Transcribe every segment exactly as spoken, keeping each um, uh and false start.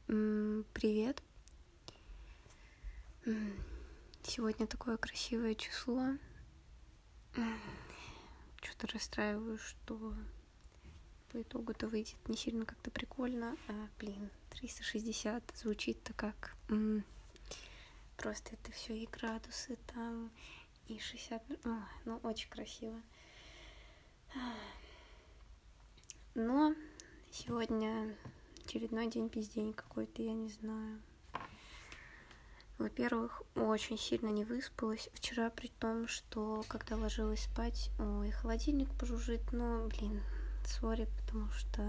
М, Привет. М, Сегодня такое красивое число. Что-то расстраиваюсь, что по итогу-то выйдет не сильно как-то прикольно. А, блин, триста шестьдесят звучит-то как... м, Просто это все и градусы там, и шестьдесят... Ой, ну, очень красиво. Но сегодня очередной день пиздень какой-то, я не знаю. Во-первых, очень сильно не выспалась вчера, при том, что когда ложилась спать, ой, холодильник пожужжит, но, блин, сори, потому что...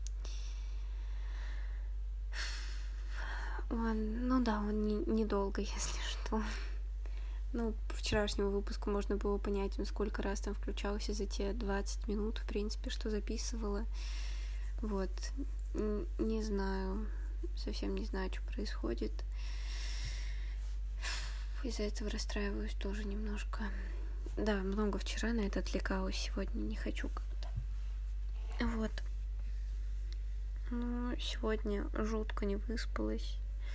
Он, ну да, он не, недолго, если что. Ну, по вчерашнему выпуску можно было понять, он сколько раз там включался за те двадцать минут, в принципе, что записывала. Вот, не знаю, совсем не знаю, что происходит. Из-за этого расстраиваюсь тоже немножко. Да, много вчера на это отвлекалась, сегодня не хочу как-то. Вот. Ну, сегодня жутко не выспалась,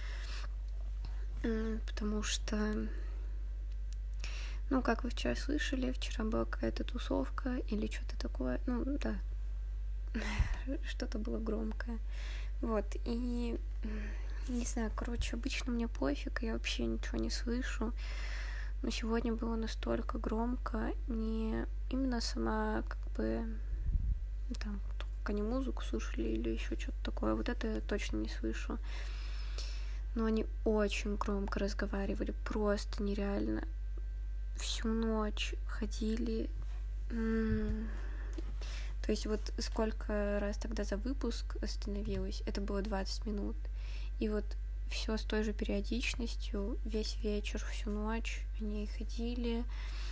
потому что, ну, как вы вчера слышали, вчера была какая-то тусовка или что-то такое, ну, да, что-то было громкое. Вот, и, не знаю, короче, обычно мне пофиг, я вообще ничего не слышу. Но сегодня было настолько громко, не именно сама, как бы, там, как они музыку слушали или еще что-то такое, вот это я точно не слышу. Но они очень громко разговаривали, просто нереально. Всю ночь ходили. М-м- То есть вот сколько раз тогда за выпуск остановилась, это было двадцать минут. И вот все с той же периодичностью, весь вечер, всю ночь они ходили.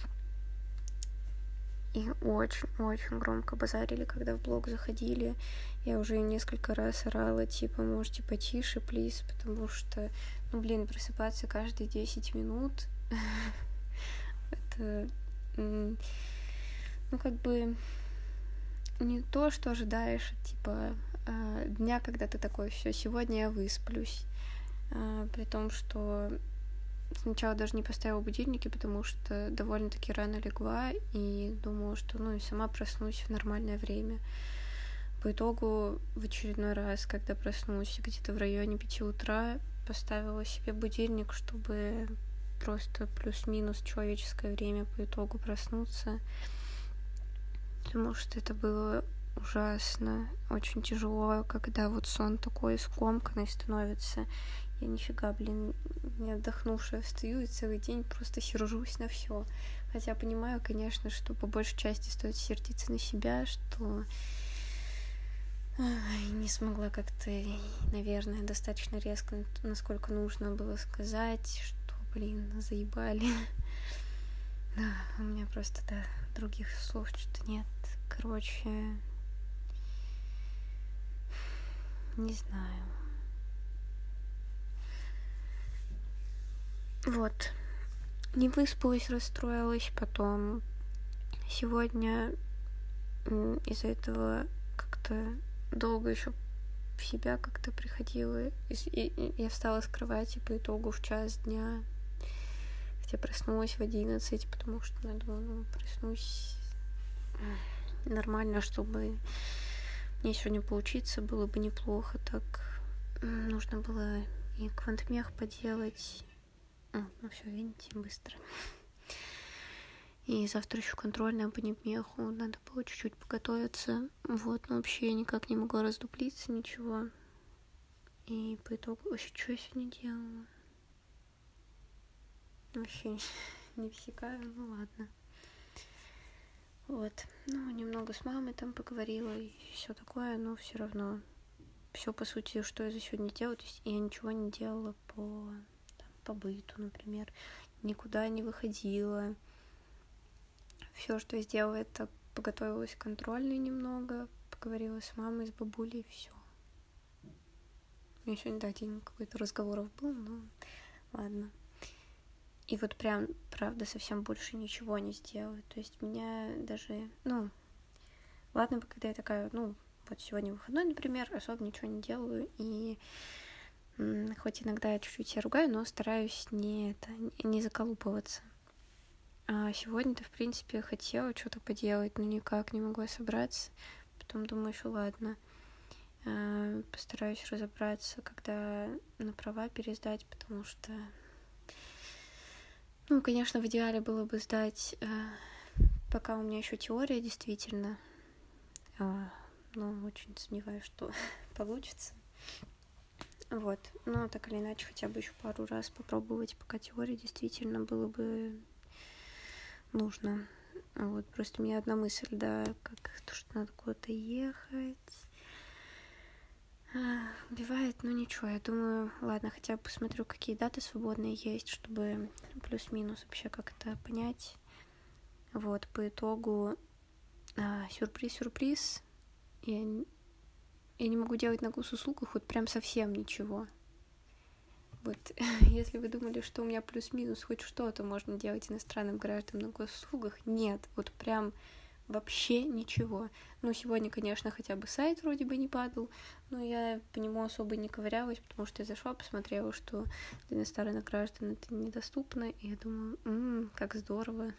И очень-очень громко базарили, когда в блог заходили. Я уже несколько раз орала, типа, можете потише, плиз, потому что, ну, блин, просыпаться каждые десять минут, это, ну, как бы не то, что ожидаешь, типа, дня, когда ты такой, все, сегодня я высплюсь. При том, что сначала даже не поставила будильники, потому что довольно-таки рано легла и думала, что, ну, и сама проснусь в нормальное время. По итогу в очередной раз, когда проснулась где-то в районе пяти утра, поставила себе будильник, чтобы просто плюс-минус человеческое время по итогу проснуться. Потому что это было ужасно, очень тяжело, когда вот сон такой скомканный становится. Я нифига, блин, не отдохнувшая встаю и целый день просто сержусь на все. Хотя понимаю, конечно, что по большей части стоит сердиться на себя, что ой, не смогла как-то, наверное, достаточно резко, насколько нужно было сказать, что, блин, заебали. Да, у меня просто, да, других слов что-то нет. Короче, не знаю. Вот. Не выспалась, расстроилась, потом сегодня из-за этого как-то долго еще в себя как-то приходила. И я встала с кровати по итогу в час дня, хотя проснулась в одиннадцать, потому что надо было, ну, проснусь нормально, чтобы мне сегодня поучиться было бы неплохо. Так нужно было и квантмех поделать. А, ну все, видите, быстро. И завтра еще контрольная по непмеху. Надо было чуть-чуть поготовиться. Вот, но вообще я никак не могла раздуплиться, ничего. И по итогу... Вообще, что я сегодня делала? Вообще не всекаю, ну ладно. Вот. Ну, немного с мамой там поговорила и все такое, но все равно. Все, по сути, что я за сегодня делала. То есть я ничего не делала по, там, по быту, например. Никуда не выходила. Все, что я сделала, это подготовилась контрольной немного, поговорила с мамой, с бабулей, и все. У меня сегодня, да, день какой-то разговоров был, но ладно. И вот прям, правда, совсем больше ничего не сделала. То есть меня даже, ну, ладно бы, когда я такая, ну, вот сегодня выходной, например, особо ничего не делаю, и хоть иногда я чуть-чуть себя ругаю, но стараюсь не, это, не заколупываться. А сегодня-то, в принципе, хотела что-то поделать, но никак не могла собраться. Потом думаю, что ладно, постараюсь разобраться, когда на права пересдать, потому что, ну, конечно, в идеале было бы сдать, пока у меня еще теория, действительно, но очень сомневаюсь, что получится. Вот, но так или иначе, хотя бы еще пару раз попробовать, пока теория действительно было бы нужно. Вот, просто у меня одна мысль, да, как то, что надо куда-то ехать. Убивает, ну ничего, я думаю, ладно, хотя бы посмотрю, какие даты свободные есть, чтобы плюс-минус вообще как-то понять. Вот, по итогу а, сюрприз-сюрприз. Я, я не могу делать на госуслугах вот прям совсем ничего. Вот, если вы думали, что у меня плюс-минус хоть что-то можно делать иностранным гражданам на госуслугах, нет, вот прям вообще ничего. Ну, сегодня, конечно, хотя бы сайт вроде бы не падал, но я по нему особо не ковырялась, потому что я зашла, посмотрела, что для иностранных граждан это недоступно, и я думаю, м-м, как здорово.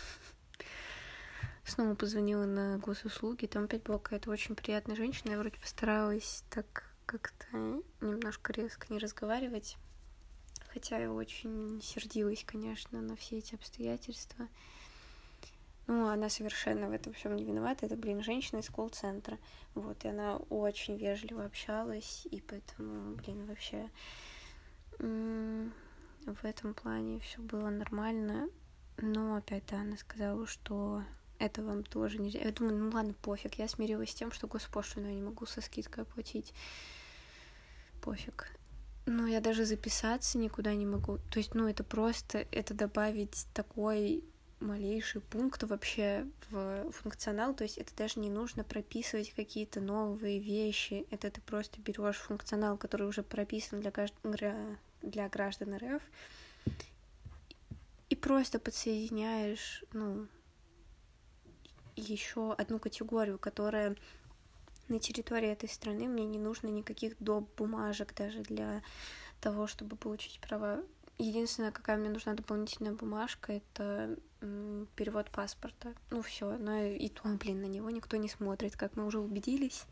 Снова позвонила на госуслуги, там опять была какая-то очень приятная женщина, я вроде постаралась так как-то немножко резко не разговаривать, хотя я очень сердилась, конечно, на все эти обстоятельства. Ну, она совершенно в этом всем не виновата. Это, блин, женщина из колл-центра. Вот, и она очень вежливо общалась, и поэтому, блин, вообще в этом плане все было нормально. Но опять, да, она сказала, что это вам тоже нельзя. Я думаю, ну ладно, пофиг. Я смирилась с тем, что госпошлину я не могу со скидкой оплатить. Пофиг. Но я даже записаться никуда не могу. То есть, ну, это просто, это добавить такой малейший пункт вообще в функционал, то есть это даже не нужно прописывать какие-то новые вещи, это ты просто берешь функционал, который уже прописан для, граждан, для граждан РФ, и просто подсоединяешь, ну, еще одну категорию, которая на территории этой страны, мне не нужно никаких доп. Бумажек даже для того, чтобы получить права. Единственное, какая мне нужна дополнительная бумажка, это м, перевод паспорта. Ну все, но и то, блин, на него никто не смотрит, как мы уже убедились.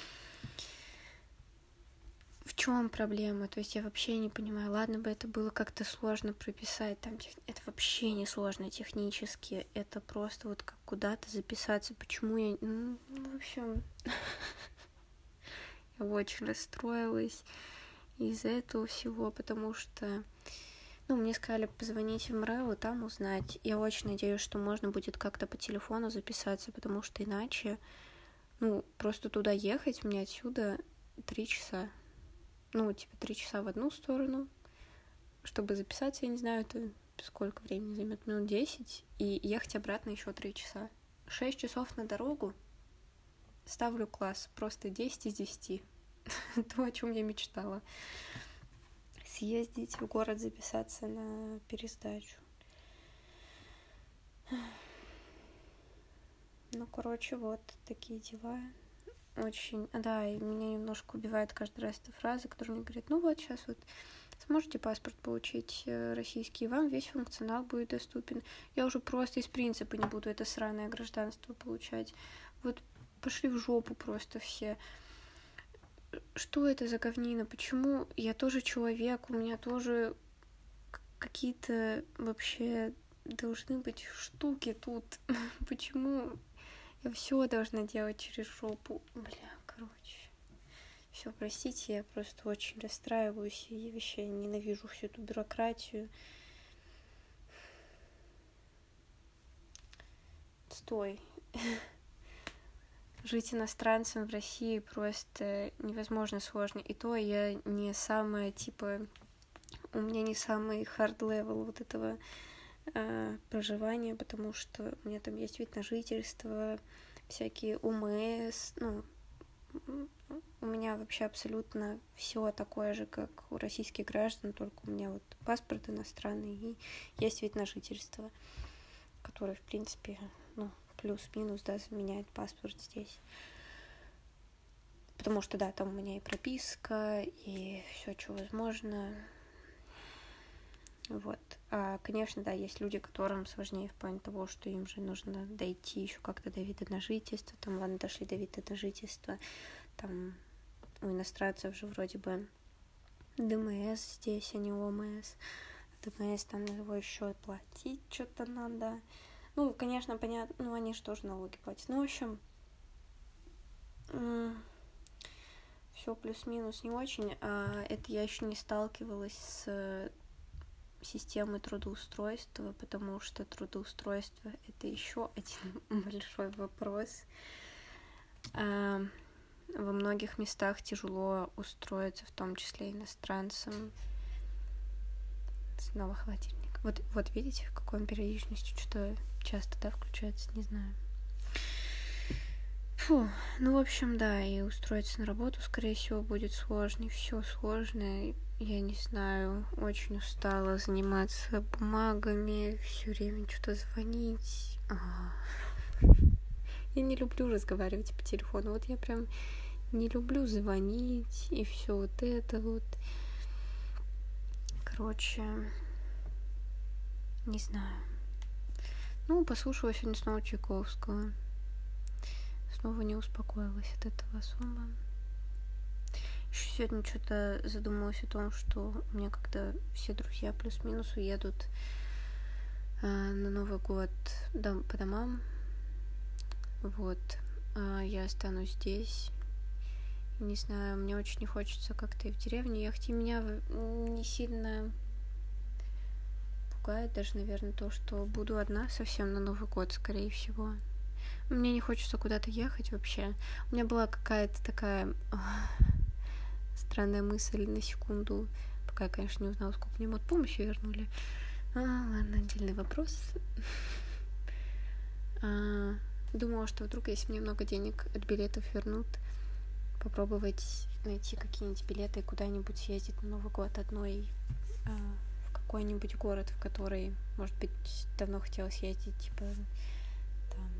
В чем проблема? То есть я вообще не понимаю. Ладно бы это было как-то сложно прописать, там тех... это вообще не сложно технически. Это просто вот как куда-то записаться. Почему я... Ну, в общем, я очень расстроилась из-за этого всего, потому что, ну, мне сказали позвонить в МРЭО, там узнать. Я очень надеюсь, что можно будет как-то по телефону записаться, потому что иначе, ну, просто туда ехать мне отсюда три часа. Ну, типа три часа в одну сторону, чтобы записаться, я не знаю, это сколько времени займет, минут десять, и ехать обратно еще три часа. шесть часов на дорогу, ставлю класс, просто десять из десяти. То, о чем я мечтала. Съездить в город, записаться на пересдачу. Ну, короче, вот такие дела. Очень, да, и меня немножко убивает каждый раз эта фраза, которая мне говорит, ну вот, сейчас вот сможете паспорт получить российский, и вам весь функционал будет доступен. Я уже просто из принципа не буду это сраное гражданство получать. Вот пошли в жопу просто все. Что это за говнина? Почему я тоже человек, у меня тоже какие-то вообще должны быть штуки тут. Почему я все должна делать через жопу? Бля, короче. Все, простите, я просто очень расстраиваюсь и вообще ненавижу всю эту бюрократию. Стой. Жить иностранцем в России просто невозможно сложно. И то я не самая, типа, у меня не самый хард-левел вот этого э, проживания, потому что у меня там есть вид на жительство, всякие УМС, ну, у меня вообще абсолютно все такое же, как у российских граждан, только у меня вот паспорт иностранный и есть вид на жительство, который, в принципе, ну, плюс-минус, да, заменяет паспорт здесь. Потому что, да, там у меня и прописка, и все, что возможно. Вот. А, конечно, да, есть люди, которым сложнее в плане того, что им же нужно дойти еще как-то до вида на жительство. Там, ладно, дошли до вида на жительство. Там у иностранцев же вроде бы ДМС здесь, а не ОМС. ДМС там его еще платить что-то надо. Ну, конечно, понятно, ну, они же тоже налоги платят. Ну, в общем, все плюс-минус не очень. А это я еще не сталкивалась с системой трудоустройства, потому что трудоустройство — это еще один большой вопрос. А во многих местах тяжело устроиться, в том числе иностранцам. Снова холодильник. Вот, вот видите, в какой он периодичностью что-то часто, да, включается, не знаю. Фу, ну, в общем, да, и устроиться на работу, скорее всего, будет сложно, все сложно. Я не знаю, очень устала заниматься бумагами, все время что-то звонить. А-а-а. Я не люблю разговаривать по телефону. Вот я прям не люблю звонить и все вот это вот. Короче, не знаю. Ну, послушала сегодня снова Чайковского. Снова не успокоилась от этого особо. Еще сегодня что-то задумалась о том, что у меня когда все друзья плюс-минус уедут э, на Новый год дом, по домам. Вот. А я останусь здесь. Не знаю, мне очень не хочется как-то и в деревню ехать. И меня не сильно пугает даже, наверное, то, что буду одна совсем на Новый год, скорее всего. Мне не хочется куда-то ехать вообще. У меня была какая-то такая странная мысль на секунду, пока я, конечно, не узнала, сколько мне помощи вернули. А, ладно, отдельный вопрос. А, думала, что вдруг, если мне много денег от билетов вернут, попробовать найти какие-нибудь билеты и куда-нибудь съездить на Новый год одной а, в какой-нибудь город, в который, может быть, давно хотела съездить, типа там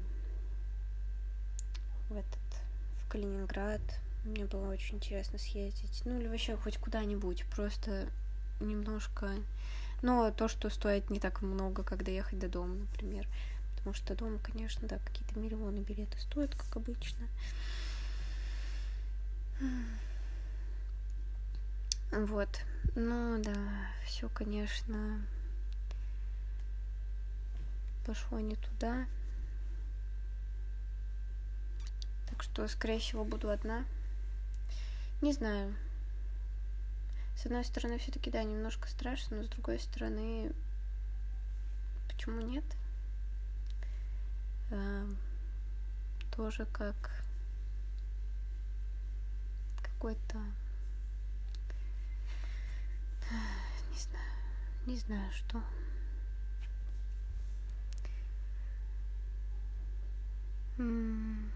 в этот, в Калининград. Мне было очень интересно съездить. Ну, или вообще хоть куда-нибудь, просто немножко. Но то, что стоит не так много, когда ехать до дома, например. Потому что дома, конечно, да, какие-то миллионы билеты стоят, как обычно. Вот. Ну, да, все, конечно, пошло не туда. Так что, скорее всего, буду одна. Не знаю. С одной стороны, все-таки, да, немножко страшно, но с другой стороны, почему нет? А, тоже как какой-то, не знаю, не знаю, что. М-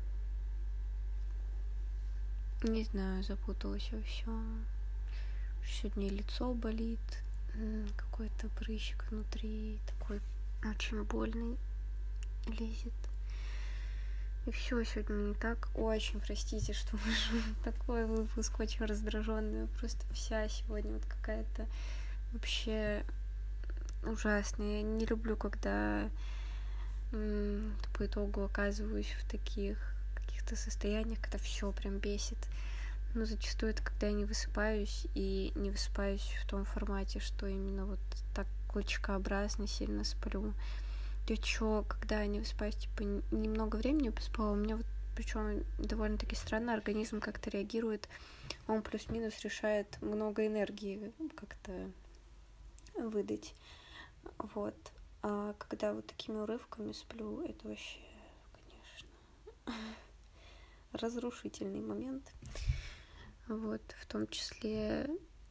Не знаю, запуталась во всем. Сегодня лицо болит, какой-то прыщик внутри, такой очень больный лезет. И все сегодня не так. Очень простите, что вышел такой выпуск, очень раздраженный. Просто вся сегодня вот какая-то вообще ужасная. Я не люблю, когда м- по итогу оказываюсь в таких каких-то состояниях, когда все прям бесит. Но зачастую это когда я не высыпаюсь, и не высыпаюсь в том формате, что именно вот так клочкообразно сильно сплю. Я чё, когда я не высыпаюсь, типа, немного времени поспала, у меня вот, причем довольно-таки странно, организм как-то реагирует, он плюс-минус решает много энергии как-то выдать. Вот. А когда вот такими урывками сплю, это вообще, конечно, разрушительный момент. Вот, в том числе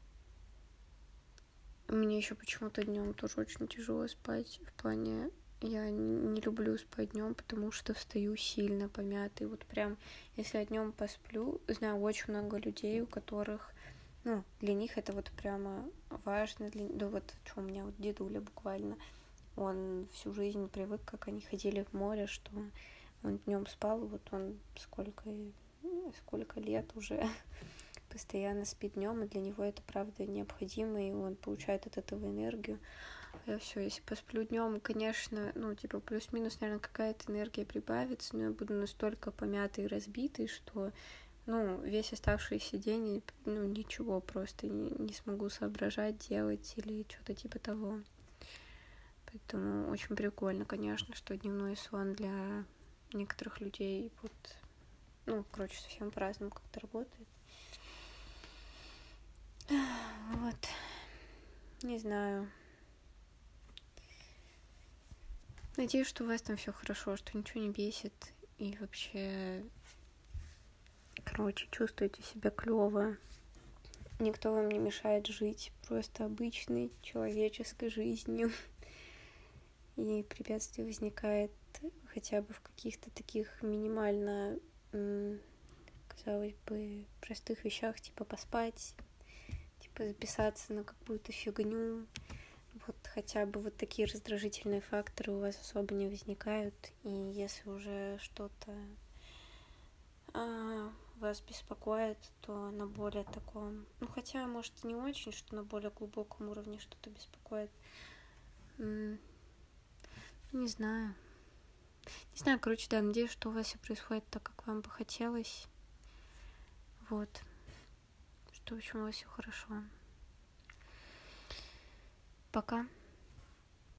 мне еще почему-то днем тоже очень тяжело спать. В плане, я не люблю спать днем, потому что встаю сильно помятой. Вот прям, если я днем посплю, знаю очень много людей, у которых, ну, для них это вот прямо важно. Для... Да вот, что у меня вот дедуля буквально, он всю жизнь привык, как они ходили в море, что он днем спал, вот он сколько, сколько лет уже постоянно спит днем, и для него это правда необходимо, и он получает от этого энергию. А я все, если посплю днем, конечно, ну, типа, плюс-минус, наверное, какая-то энергия прибавится, но я буду настолько помятый и разбитый, что, ну, весь оставшийся день, ну, ничего просто не, не смогу соображать, делать или что-то типа того. Поэтому очень прикольно, конечно, что дневной сон для некоторых людей вот, ну, короче, совсем по-разному как-то работает. Вот. Не знаю. Надеюсь, что у вас там все хорошо, что ничего не бесит. И вообще, короче, чувствуете себя клёво. Никто вам не мешает жить просто обычной человеческой жизнью. И препятствие возникает хотя бы в каких-то таких минимально, казалось бы, простых вещах, типа поспать, типа записаться на какую-то фигню. Вот хотя бы вот такие раздражительные факторы у вас особо не возникают. И если уже что-то а, вас беспокоит, то на более таком... Ну, хотя, может, и не очень, что на более глубоком уровне что-то беспокоит. М- не знаю. Не знаю, короче, да, надеюсь, что у вас все происходит так, как вам бы хотелось. Вот. Что, в общем, у вас все хорошо. Пока.